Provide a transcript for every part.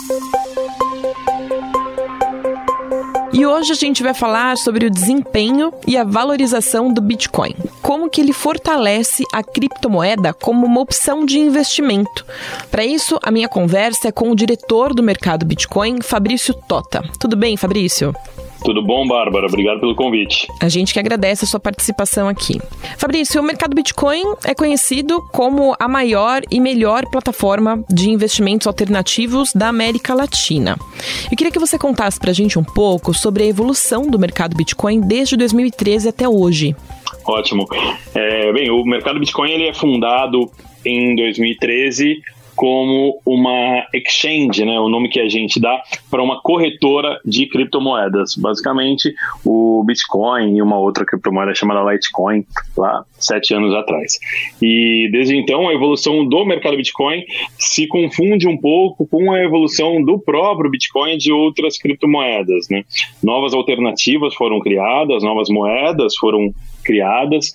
E hoje a gente vai falar sobre o desempenho e a valorização do Bitcoin. Como que ele fortalece a criptomoeda como uma opção de investimento. Para isso, a minha conversa é com o diretor do mercado Bitcoin, Fabrício Tota. Tudo bem, Fabrício? Tudo bom, Bárbara? Obrigado pelo convite. A gente que agradece a sua participação aqui. Fabrício, o mercado Bitcoin é conhecido como a maior e melhor plataforma de investimentos alternativos da América Latina. Eu queria que você contasse pra gente um pouco sobre a evolução do mercado Bitcoin desde 2013 até hoje. Ótimo. Bem, o mercado Bitcoin ele é fundado em 2013 como uma exchange, né, o nome que a gente dá para uma corretora de criptomoedas. Basicamente, o Bitcoin e uma outra criptomoeda chamada Litecoin, lá 7 anos atrás. E desde então, a evolução do mercado Bitcoin se confunde um pouco com a evolução do próprio Bitcoin e de outras criptomoedas, né? Novas alternativas foram criadas, novas moedas foram criadas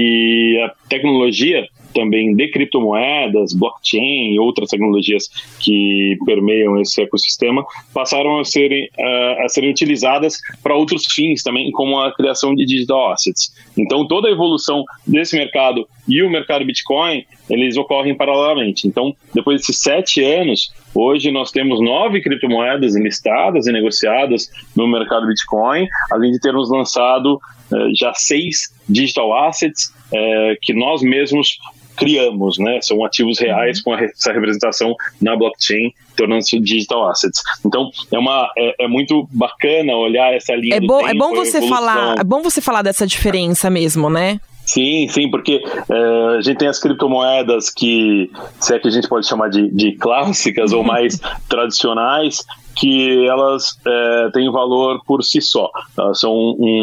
e a tecnologia também de criptomoedas, blockchain e outras tecnologias que permeiam esse ecossistema passaram a serem utilizadas para outros fins também, como a criação de digital assets. Então, toda a evolução desse mercado e o mercado Bitcoin, eles ocorrem paralelamente. Então, depois desses 7 anos, hoje nós temos 9 criptomoedas listadas e negociadas no mercado Bitcoin, além de termos lançado já 6 digital assets que nós mesmos criamos, né? São ativos reais com essa representação na blockchain, tornando-se digital assets. Então, é muito bacana olhar essa linha é bom você falar dessa diferença mesmo, né? Sim, porque a gente tem as criptomoedas que, se é que a gente pode chamar de clássicas ou mais tradicionais, que elas têm valor por si só. Elas são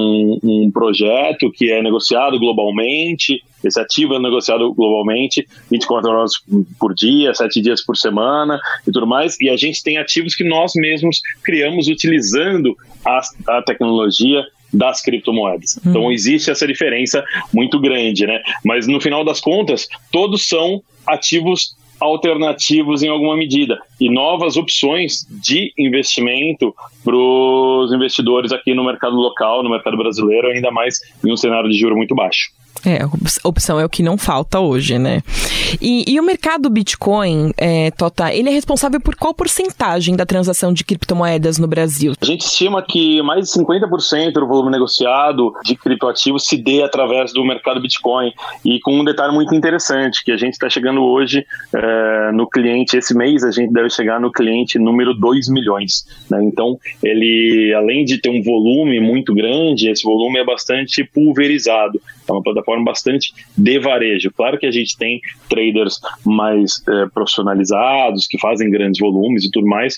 um projeto que é negociado globalmente, esse ativo é negociado globalmente, 24 horas por dia, 7 dias por semana e tudo mais, e a gente tem ativos que nós mesmos criamos utilizando a tecnologia das criptomoedas. Então existe essa diferença muito grande, né? Mas no final das contas, todos são ativos alternativos em alguma medida e novas opções de investimento para os investidores aqui no mercado local, no mercado brasileiro, ainda mais em um cenário de juros muito baixo. A opção é o que não falta hoje, né? E o mercado Bitcoin, Tota, ele é responsável por qual porcentagem da transação de criptomoedas no Brasil? A gente estima que mais de 50% do volume negociado de criptoativos se dê através do mercado Bitcoin, e com um detalhe muito interessante, que a gente está chegando hoje no cliente, esse mês a gente deve chegar no cliente número 2 milhões, né? Então, ele, além de ter um volume muito grande, esse volume é bastante pulverizado. É uma plataforma bastante de varejo. Claro que a gente tem traders mais profissionalizados, que fazem grandes volumes e tudo mais,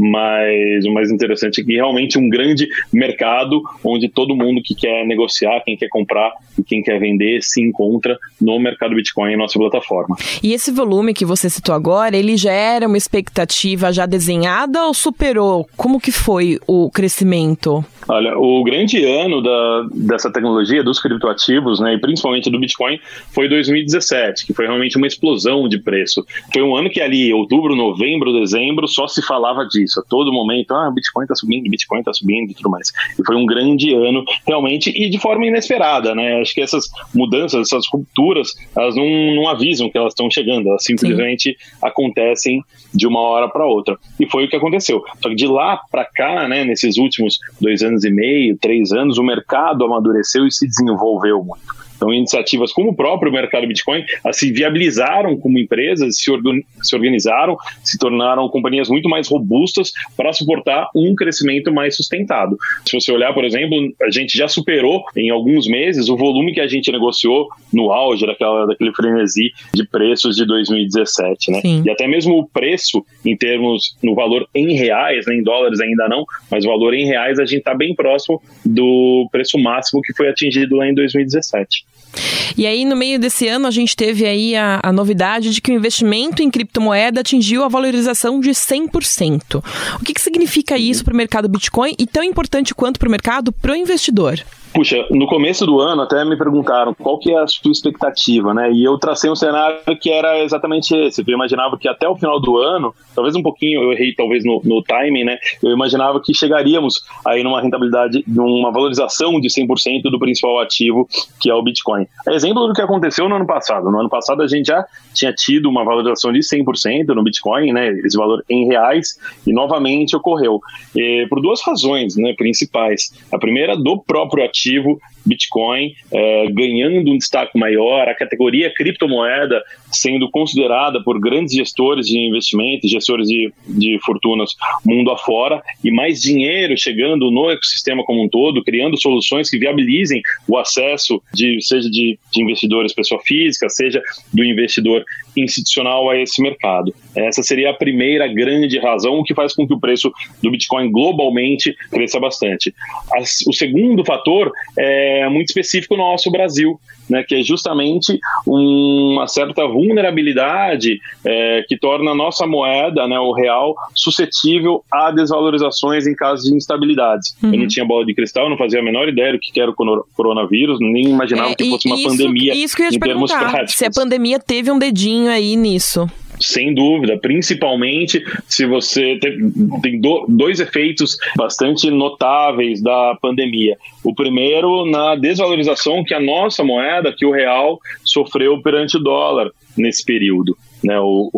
mas o mais interessante é que realmente um grande mercado onde todo mundo que quer negociar, quem quer comprar e quem quer vender se encontra no mercado Bitcoin em nossa plataforma. E esse volume que você citou agora, ele já era uma expectativa já desenhada ou superou? Como que foi o crescimento? Olha, o grande ano dessa tecnologia, dos criptoativos, né, e principalmente do Bitcoin, foi 2017, que foi realmente uma explosão de preço. Foi um ano que ali, outubro, novembro, dezembro, só se falava disso. A todo momento, o Bitcoin está subindo e tudo mais. E foi um grande ano, realmente, e de forma inesperada, né? Acho que essas mudanças, essas rupturas, elas não avisam que elas estão chegando, elas simplesmente acontecem de uma hora para outra. E foi o que aconteceu. Só que de lá para cá, né, nesses últimos 2 anos e meio, 3 anos, o mercado amadureceu e se desenvolveu muito. Então, iniciativas como o próprio mercado Bitcoin se viabilizaram como empresas, se organizaram, se tornaram companhias muito mais robustas para suportar um crescimento mais sustentado. Se você olhar, por exemplo, a gente já superou em alguns meses o volume que a gente negociou no auge daquele frenesi de preços de 2017, né? E até mesmo o preço, em termos, no valor em reais, né, em dólares ainda não, mas o valor em reais a gente está bem próximo do preço máximo que foi atingido lá em 2017. E aí, no meio desse ano, a gente teve aí a novidade de que o investimento em criptomoeda atingiu a valorização de 100%. O que significa isso para o mercado Bitcoin e tão importante quanto para o mercado, para o investidor? Puxa, no começo do ano até me perguntaram qual que é a sua expectativa, né? E eu tracei um cenário que era exatamente esse. Eu imaginava que até o final do ano, talvez um pouquinho, eu errei talvez no timing, né? Eu imaginava que chegaríamos aí numa rentabilidade, numa valorização de 100% do principal ativo, que é o Bitcoin. É exemplo do que aconteceu no ano passado. No ano passado a gente já tinha tido uma valorização de 100% no Bitcoin, né? Esse valor em reais, e novamente ocorreu. Por duas razões, né, principais. A primeira, do próprio ativo Bitcoin ganhando um destaque maior, a categoria criptomoeda sendo considerada por grandes gestores de investimento, gestores de fortunas mundo afora, e mais dinheiro chegando no ecossistema como um todo, criando soluções que viabilizem o acesso seja de investidores pessoa física, seja do investidor institucional a esse mercado. Essa seria a primeira grande razão que faz com que o preço do Bitcoin globalmente cresça bastante. O segundo fator é muito específico no nosso Brasil, né, que é justamente uma certa vulnerabilidade que torna a nossa moeda, né, o real, suscetível a desvalorizações em caso de instabilidades. Eu não tinha bola de cristal, não fazia a menor ideia do que era o coronavírus, nem imaginava que fosse uma pandemia em termos práticos. Se a pandemia teve um dedinho aí nisso. Sem dúvida, principalmente se você tem dois efeitos bastante notáveis da pandemia. O primeiro, na desvalorização que a nossa moeda, que o real, sofreu perante o dólar nesse período. Né,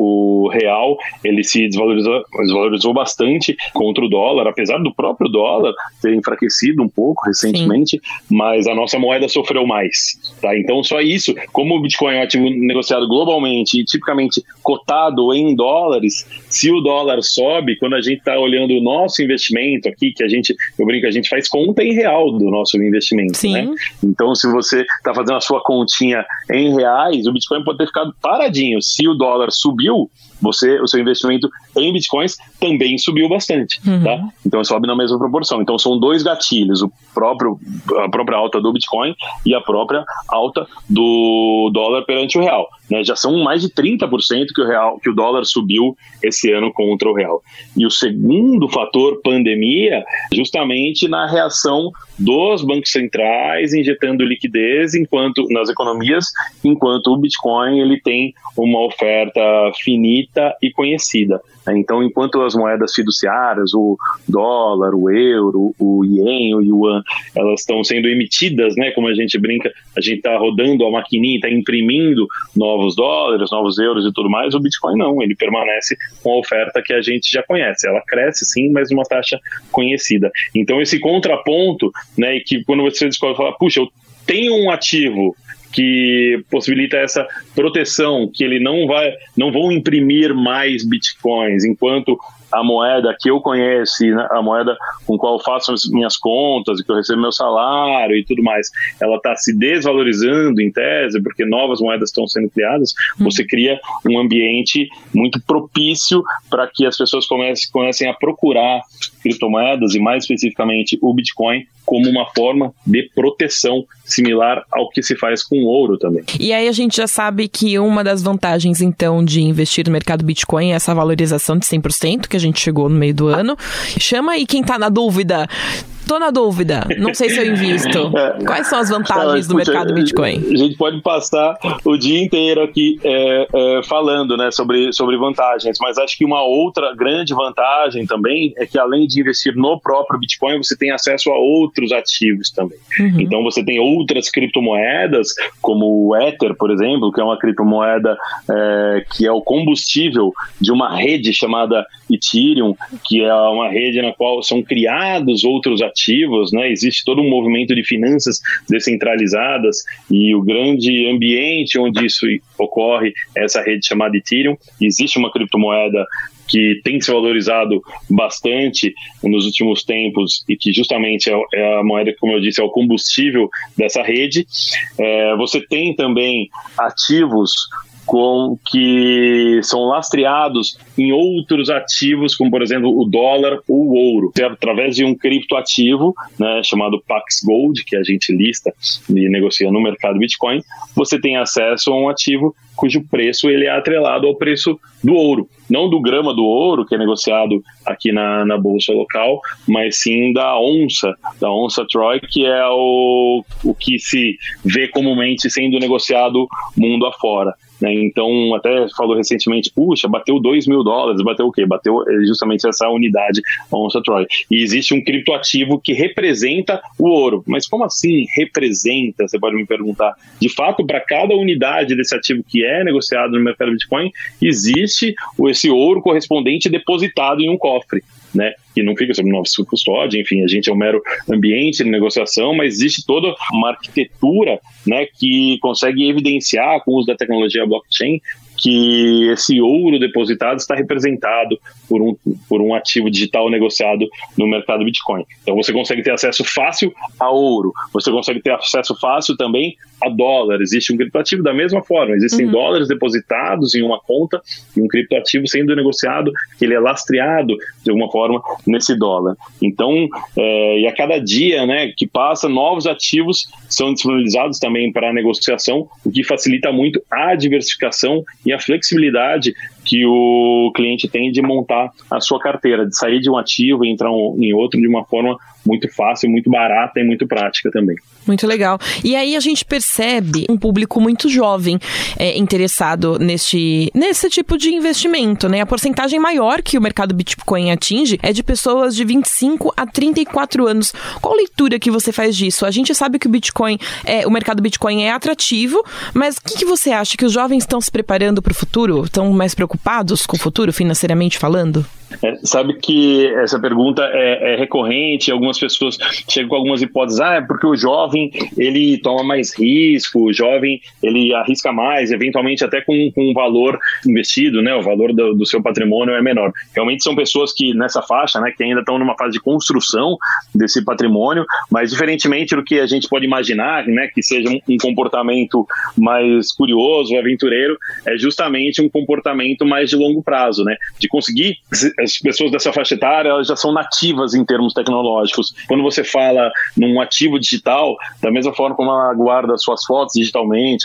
o real ele se desvalorizou bastante contra o dólar, apesar do próprio dólar ter enfraquecido um pouco recentemente. Sim. Mas a nossa moeda sofreu mais. Tá? Então, só isso, como o Bitcoin é um ativo negociado globalmente e tipicamente cotado em dólares, se o dólar sobe, quando a gente está olhando o nosso investimento aqui, que eu brinco, a gente faz conta em real do nosso investimento. Sim. Né? Então, se você está fazendo a sua continha em reais, o Bitcoin pode ter ficado paradinho. Se o dólar subiu, o seu investimento em bitcoins também subiu bastante, tá? Então sobe na mesma proporção. Então são dois gatilhos, a própria alta do Bitcoin e a própria alta do dólar perante o real, né? Já são mais de 30% que o dólar subiu esse ano contra o real. E o segundo fator, pandemia, justamente na reação dos bancos centrais injetando liquidez nas economias, enquanto o Bitcoin ele tem uma oferta finita e conhecida. Então, enquanto as moedas fiduciárias, o dólar, o euro, o ien, o yuan, elas estão sendo emitidas, né, como a gente brinca, a gente está rodando a maquininha, está imprimindo novos dólares, novos euros e tudo mais, o Bitcoin não, ele permanece com a oferta que a gente já conhece. Ela cresce sim, mas numa taxa conhecida. Então, esse contraponto, né, e que quando você descobre, fala, puxa, eu tenho um ativo que possibilita essa proteção, que ele não vão imprimir mais bitcoins, enquanto a moeda que eu conheço, a moeda com qual eu faço as minhas contas, que eu recebo meu salário e tudo mais, ela está se desvalorizando em tese, porque novas moedas estão sendo criadas, você cria um ambiente muito propício para que as pessoas comecem a procurar criptomoedas, e mais especificamente o Bitcoin, como uma forma de proteção, similar ao que se faz com o ouro também. E aí a gente já sabe que uma das vantagens, então, de investir no mercado Bitcoin é essa valorização de 100%, que a gente chegou no meio do ano. Chama aí quem tá na dúvida. Tô na dúvida, não sei se eu invisto. Quais são as vantagens do mercado Bitcoin? A gente pode passar o dia inteiro aqui falando, né, sobre vantagens, mas acho que uma outra grande vantagem também é que, além de investir no próprio Bitcoin, você tem acesso a outros ativos também. Então você tem outras criptomoedas, como o Ether, por exemplo, que é uma criptomoeda que é o combustível de uma rede chamada Ethereum, que é uma rede na qual são criados outros ativos, né? Existe todo um movimento de finanças descentralizadas, e o grande ambiente onde isso ocorre é essa rede chamada Ethereum. Existe uma criptomoeda que tem se valorizado bastante nos últimos tempos e que justamente é a moeda que, como eu disse, é o combustível dessa rede. Você tem também ativos que são lastreados em outros ativos, como por exemplo o dólar ou o ouro. Através de um criptoativo, né, chamado Pax Gold, que a gente lista e negocia no mercado Bitcoin, você tem acesso a um ativo cujo preço ele é atrelado ao preço do ouro. Não do grama do ouro, que é negociado aqui na bolsa local, mas sim da onça Troy, que é o que se vê comumente sendo negociado mundo afora. Né? Então, até falou recentemente, puxa, bateu $2.000, bateu o quê? Bateu justamente essa unidade, a onça Troy. E existe um criptoativo que representa o ouro. Mas como assim representa? Você pode me perguntar. De fato, para cada unidade desse ativo que é negociado no mercado Bitcoin, existe esse ouro correspondente depositado em um cofre, né? Que não fica sob nossa custódia, enfim, a gente é um mero ambiente de negociação, mas existe toda uma arquitetura, né, que consegue evidenciar, com o uso da tecnologia blockchain, que esse ouro depositado está representado por um ativo digital negociado no mercado Bitcoin. Então você consegue ter acesso fácil a ouro, você consegue ter acesso fácil também a dólar. Existe um criptoativo da mesma forma, existem dólares depositados em uma conta e um criptoativo sendo negociado, que ele é lastreado de alguma forma nesse dólar. Então, e a cada dia, né, que passa, novos ativos são disponibilizados também para negociação, o que facilita muito a diversificação e a flexibilidade que o cliente tem de montar a sua carteira, de sair de um ativo e entrar em outro de uma forma muito fácil, muito barata e muito prática também. Muito legal. E aí a gente percebe um público muito jovem interessado nesse tipo de investimento, né? A porcentagem maior que o mercado Bitcoin atinge é de pessoas de 25 a 34 anos. Qual leitura que você faz disso? A gente sabe que o mercado Bitcoin é atrativo, mas o que você acha? Que os jovens estão se preparando para o futuro? Estão mais preocupados com o futuro, financeiramente falando? Sabe que essa pergunta é recorrente, algumas pessoas chegam com algumas hipóteses, porque o jovem ele toma mais risco, o jovem ele arrisca mais, eventualmente até com um valor investido, né, o valor do seu patrimônio é menor. Realmente são pessoas que nessa faixa, né, que ainda estão numa fase de construção desse patrimônio, mas diferentemente do que a gente pode imaginar, né, que seja um comportamento mais curioso, aventureiro, é justamente um comportamento mais de longo prazo, né, de conseguir. As pessoas dessa faixa etária, elas já são nativas em termos tecnológicos. Quando você fala num ativo digital, da mesma forma como ela guarda suas fotos digitalmente,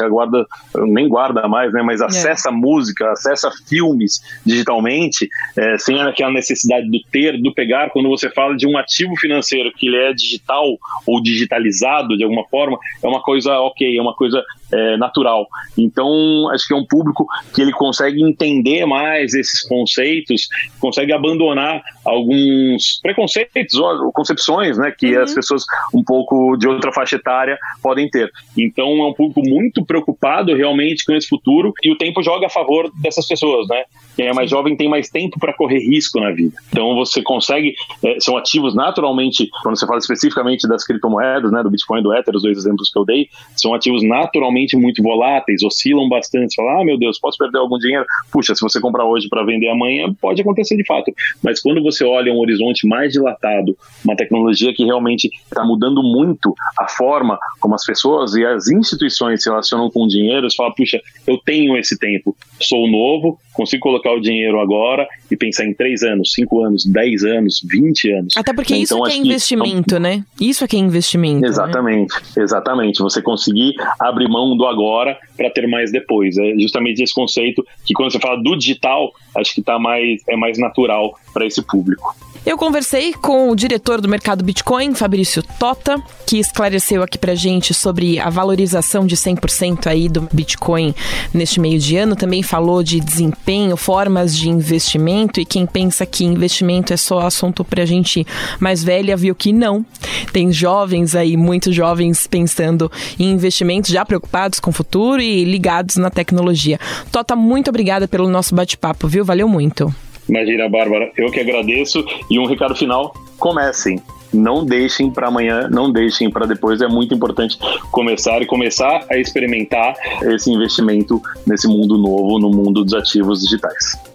nem guarda mais, né, mas acessa música, acessa filmes digitalmente, sem aquela necessidade do pegar. Quando você fala de um ativo financeiro que ele é digital ou digitalizado de alguma forma, é uma coisa ok, é uma coisa natural. Então, acho que é um público que ele consegue entender mais esses conceitos, consegue abandonar alguns preconceitos ou concepções, né, que as pessoas um pouco de outra faixa etária podem ter. Então, é um público muito preocupado realmente com esse futuro, e o tempo joga a favor dessas pessoas, né? Quem é mais jovem tem mais tempo para correr risco na vida. Então você consegue, são ativos naturalmente, quando você fala especificamente das criptomoedas, né, do Bitcoin e do Ether, os dois exemplos que eu dei, são ativos naturalmente muito voláteis, oscilam bastante. Você fala, meu Deus, posso perder algum dinheiro? Puxa, se você comprar hoje para vender amanhã, pode acontecer de fato. Mas quando você olha um horizonte mais dilatado, uma tecnologia que realmente está mudando muito a forma como as pessoas e as instituições se relacionam com o dinheiro, você fala, puxa, eu tenho esse tempo, sou novo, consigo colocar o dinheiro agora e pensar em 3 anos, 5 anos, 10 anos, 20 anos. Até porque isso então, é investimento, né? Isso é que é investimento. Exatamente, né? Exatamente. Você conseguir abrir mão do agora para ter mais depois. É justamente esse conceito que quando você fala do digital, acho que é mais natural para esse público. Eu conversei com o diretor do mercado Bitcoin, Fabrício Tota, que esclareceu aqui pra gente sobre a valorização de 100% aí do Bitcoin neste meio de ano. Também falou de desempenho, formas de investimento, e quem pensa que investimento é só assunto pra gente mais velha, viu que não. Tem jovens aí, muitos jovens pensando em investimentos, já preocupados com o futuro e ligados na tecnologia. Tota, muito obrigada pelo nosso bate-papo, viu? Valeu muito. Imagina, Bárbara, eu que agradeço. E um recado final, comecem. Não deixem para amanhã, não deixem para depois. É muito importante começar a experimentar esse investimento nesse mundo novo, no mundo dos ativos digitais.